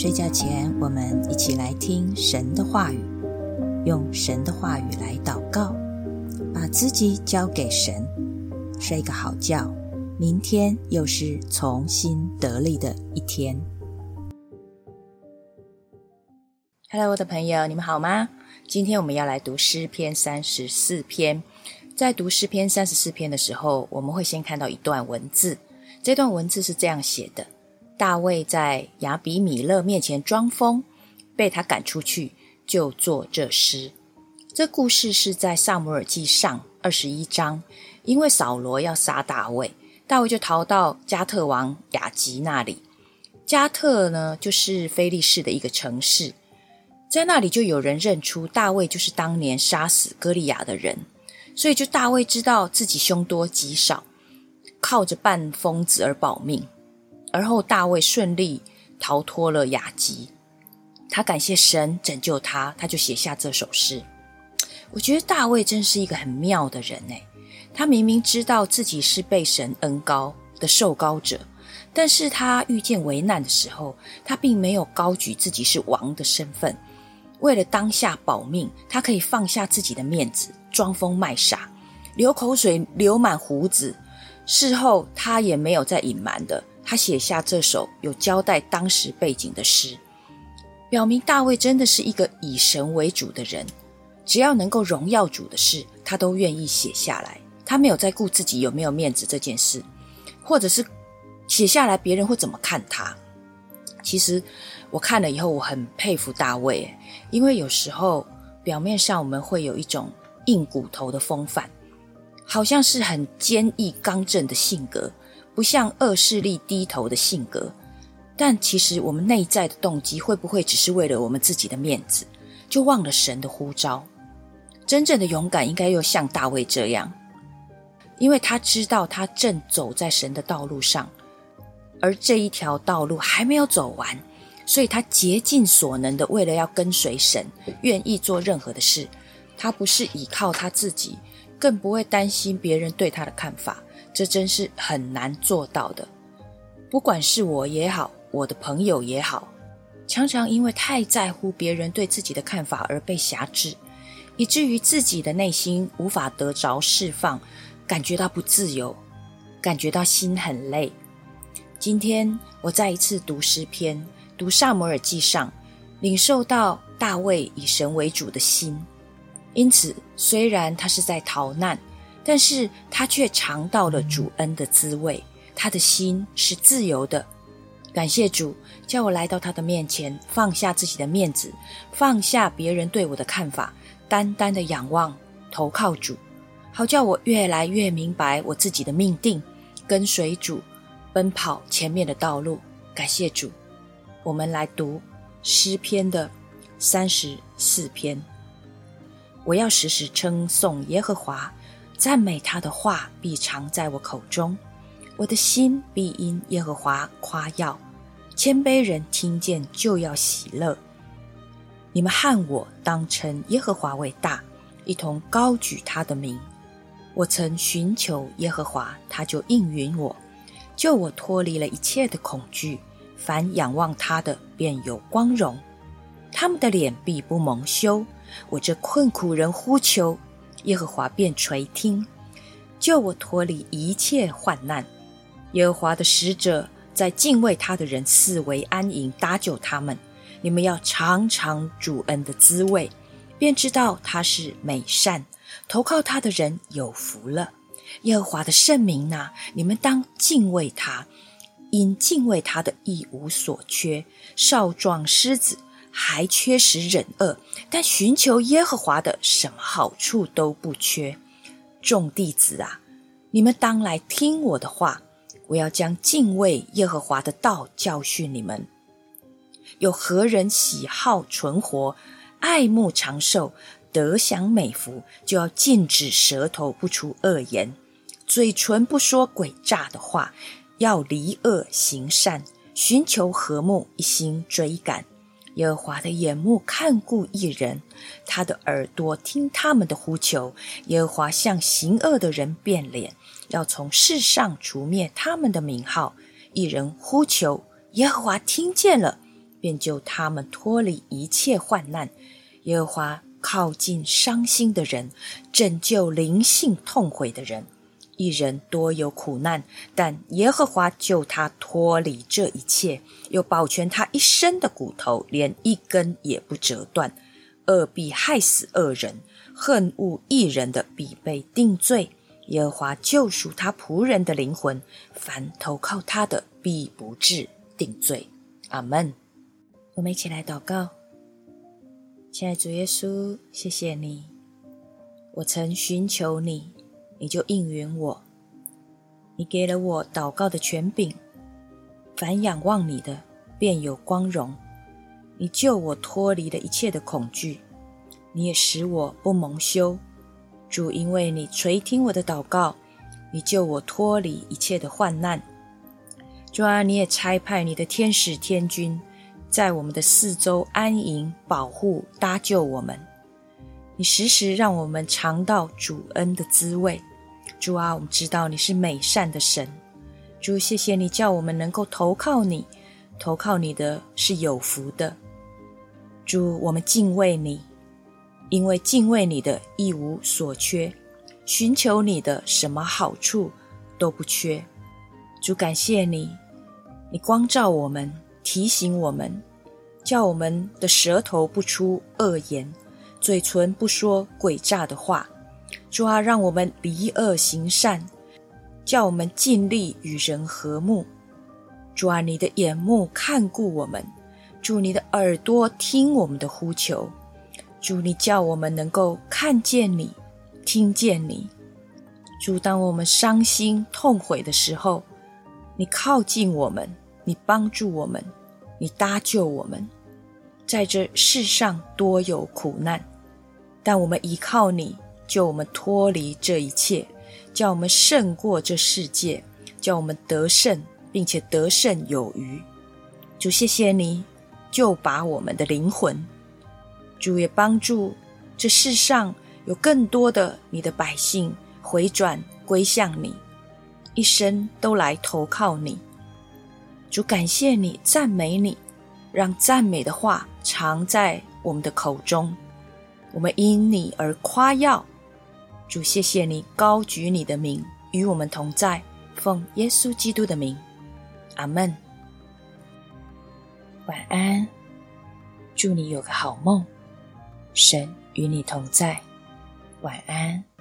睡觉前，我们一起来听神的话语，用神的话语来祷告，把自己交给神，睡个好觉，明天又是重新得力的一天。Hello， 我的朋友，你们好吗？今天我们要来读诗篇34篇。在读诗篇34篇的时候，我们会先看到一段文字。这段文字是这样写的：大卫在亚比米勒面前装疯，被他赶出去，就作这诗。这故事是在撒母耳记上21章，因为扫罗要杀大卫，大卫就逃到加特王亚吉那里。加特呢，就是非利士的一个城市，在那里就有人认出大卫就是当年杀死歌利亚的人，所以就大卫知道自己凶多吉少，靠着扮疯子而保命。而后大卫顺利逃脱了亚吉，他感谢神拯救他，他就写下这首诗。我觉得大卫真是一个很妙的人耶，他明明知道自己是被神恩膏的受膏者，但是他遇见危难的时候，他并没有高举自己是王的身份。为了当下保命，他可以放下自己的面子，装疯卖傻，流口水流满胡子。事后他也没有再隐瞒的，他写下这首有交代当时背景的诗，表明大卫真的是一个以神为主的人，只要能够荣耀主的事，他都愿意写下来。他没有在顾自己有没有面子这件事，或者是写下来别人会怎么看他。其实我看了以后，我很佩服大卫，因为有时候表面上我们会有一种硬骨头的风范，好像是很坚毅刚正的性格，不向恶势力低头的性格，但其实我们内在的动机会不会只是为了我们自己的面子，就忘了神的呼召？真正的勇敢应该又像大卫这样，因为他知道他正走在神的道路上，而这一条道路还没有走完，所以他竭尽所能的为了要跟随神，愿意做任何的事。他不是依靠他自己，更不会担心别人对他的看法，这真是很难做到的。不管是我也好，我的朋友也好，常常因为太在乎别人对自己的看法而被辖制，以至于自己的内心无法得着释放，感觉到不自由，感觉到心很累。今天我再一次读诗篇，读撒母耳记上，领受到大卫以神为主的心。因此虽然他是在逃难，但是他却尝到了主恩的滋味，他的心是自由的。感谢主，叫我来到他的面前，放下自己的面子，放下别人对我的看法，单单的仰望投靠主，好叫我越来越明白我自己的命定，跟随主奔跑前面的道路。感谢主。我们来读诗篇的34篇。我要时时称颂耶和华，赞美他的话必常在我口中。我的心必因耶和华夸耀，谦卑人听见就要喜乐。你们和我当称耶和华为大，一同高举他的名。我曾寻求耶和华，他就应允我，救我脱离了一切的恐惧。凡仰望他的便有光荣，他们的脸必不蒙羞。我这困苦人呼求，耶和华便垂听，救我脱离一切患难。耶和华的使者在敬畏他的人四围安营，搭救他们。你们要尝尝主恩的滋味，便知道他是美善，投靠他的人有福了。耶和华的圣名啊，你们当敬畏他，因敬畏他的一无所缺。少壮狮子还缺食忍饿，但寻求耶和华的，什么好处都不缺。众弟子啊，你们当来听我的话，我要将敬畏耶和华的道教训你们。有何人喜好存活，爱慕长寿，得享美福，就要禁止舌头不出恶言，嘴唇不说诡诈的话，要离恶行善，寻求和睦，一心追赶。耶和华的眼目看顾义人，他的耳朵听他们的呼求。耶和华向行恶的人变脸，要从世上除灭他们的名号。义人呼求，耶和华听见了， 便救他们脱离一切患难。耶和华靠近伤心的人，拯救灵性痛悔的人。一人多有苦难，但耶和华救他脱离这一切，又保全他一生的骨头，连一根也不折断。恶必害死恶人，恨恶义人的必被定罪。耶和华救赎他仆人的灵魂，凡投靠他的必不致定罪。阿们。我们一起来祷告。亲爱的主耶稣，谢谢你，我曾寻求你，你就应允我，你给了我祷告的权柄，凡仰望你的便有光荣。你救我脱离了一切的恐惧，你也使我不蒙羞。主，因为你垂听我的祷告，你救我脱离一切的患难。主啊，你也差派你的天使天军在我们的四周安营保护搭救我们，你时时让我们尝到主恩的滋味。主啊，我们知道你是美善的神。主，谢谢你叫我们能够投靠你，投靠你的是有福的。主，我们敬畏你，因为敬畏你的一无所缺，寻求你的什么好处都不缺。主，感谢你，你光照我们，提醒我们，叫我们的舌头不出恶言，嘴唇不说诡诈的话。主啊，让我们离恶行善，叫我们尽力与人和睦。主啊，你的眼目看顾我们，主，你的耳朵听我们的呼求。主，你叫我们能够看见你，听见你。主，当我们伤心痛悔的时候，你靠近我们，你帮助我们，你搭救我们。在这世上多有苦难，但我们依靠你，救我们脱离这一切，叫我们胜过这世界，叫我们得胜，并且得胜有余。主，谢谢你救拔我们的灵魂。主，也帮助这世上有更多的你的百姓回转归向你，一生都来投靠你。主，感谢你，赞美你，让赞美的话常在我们的口中，我们因你而夸耀。主，谢谢你高举你的名，与我们同在，奉耶稣基督的名，阿们。晚安，祝你有个好梦，神与你同在，晚安。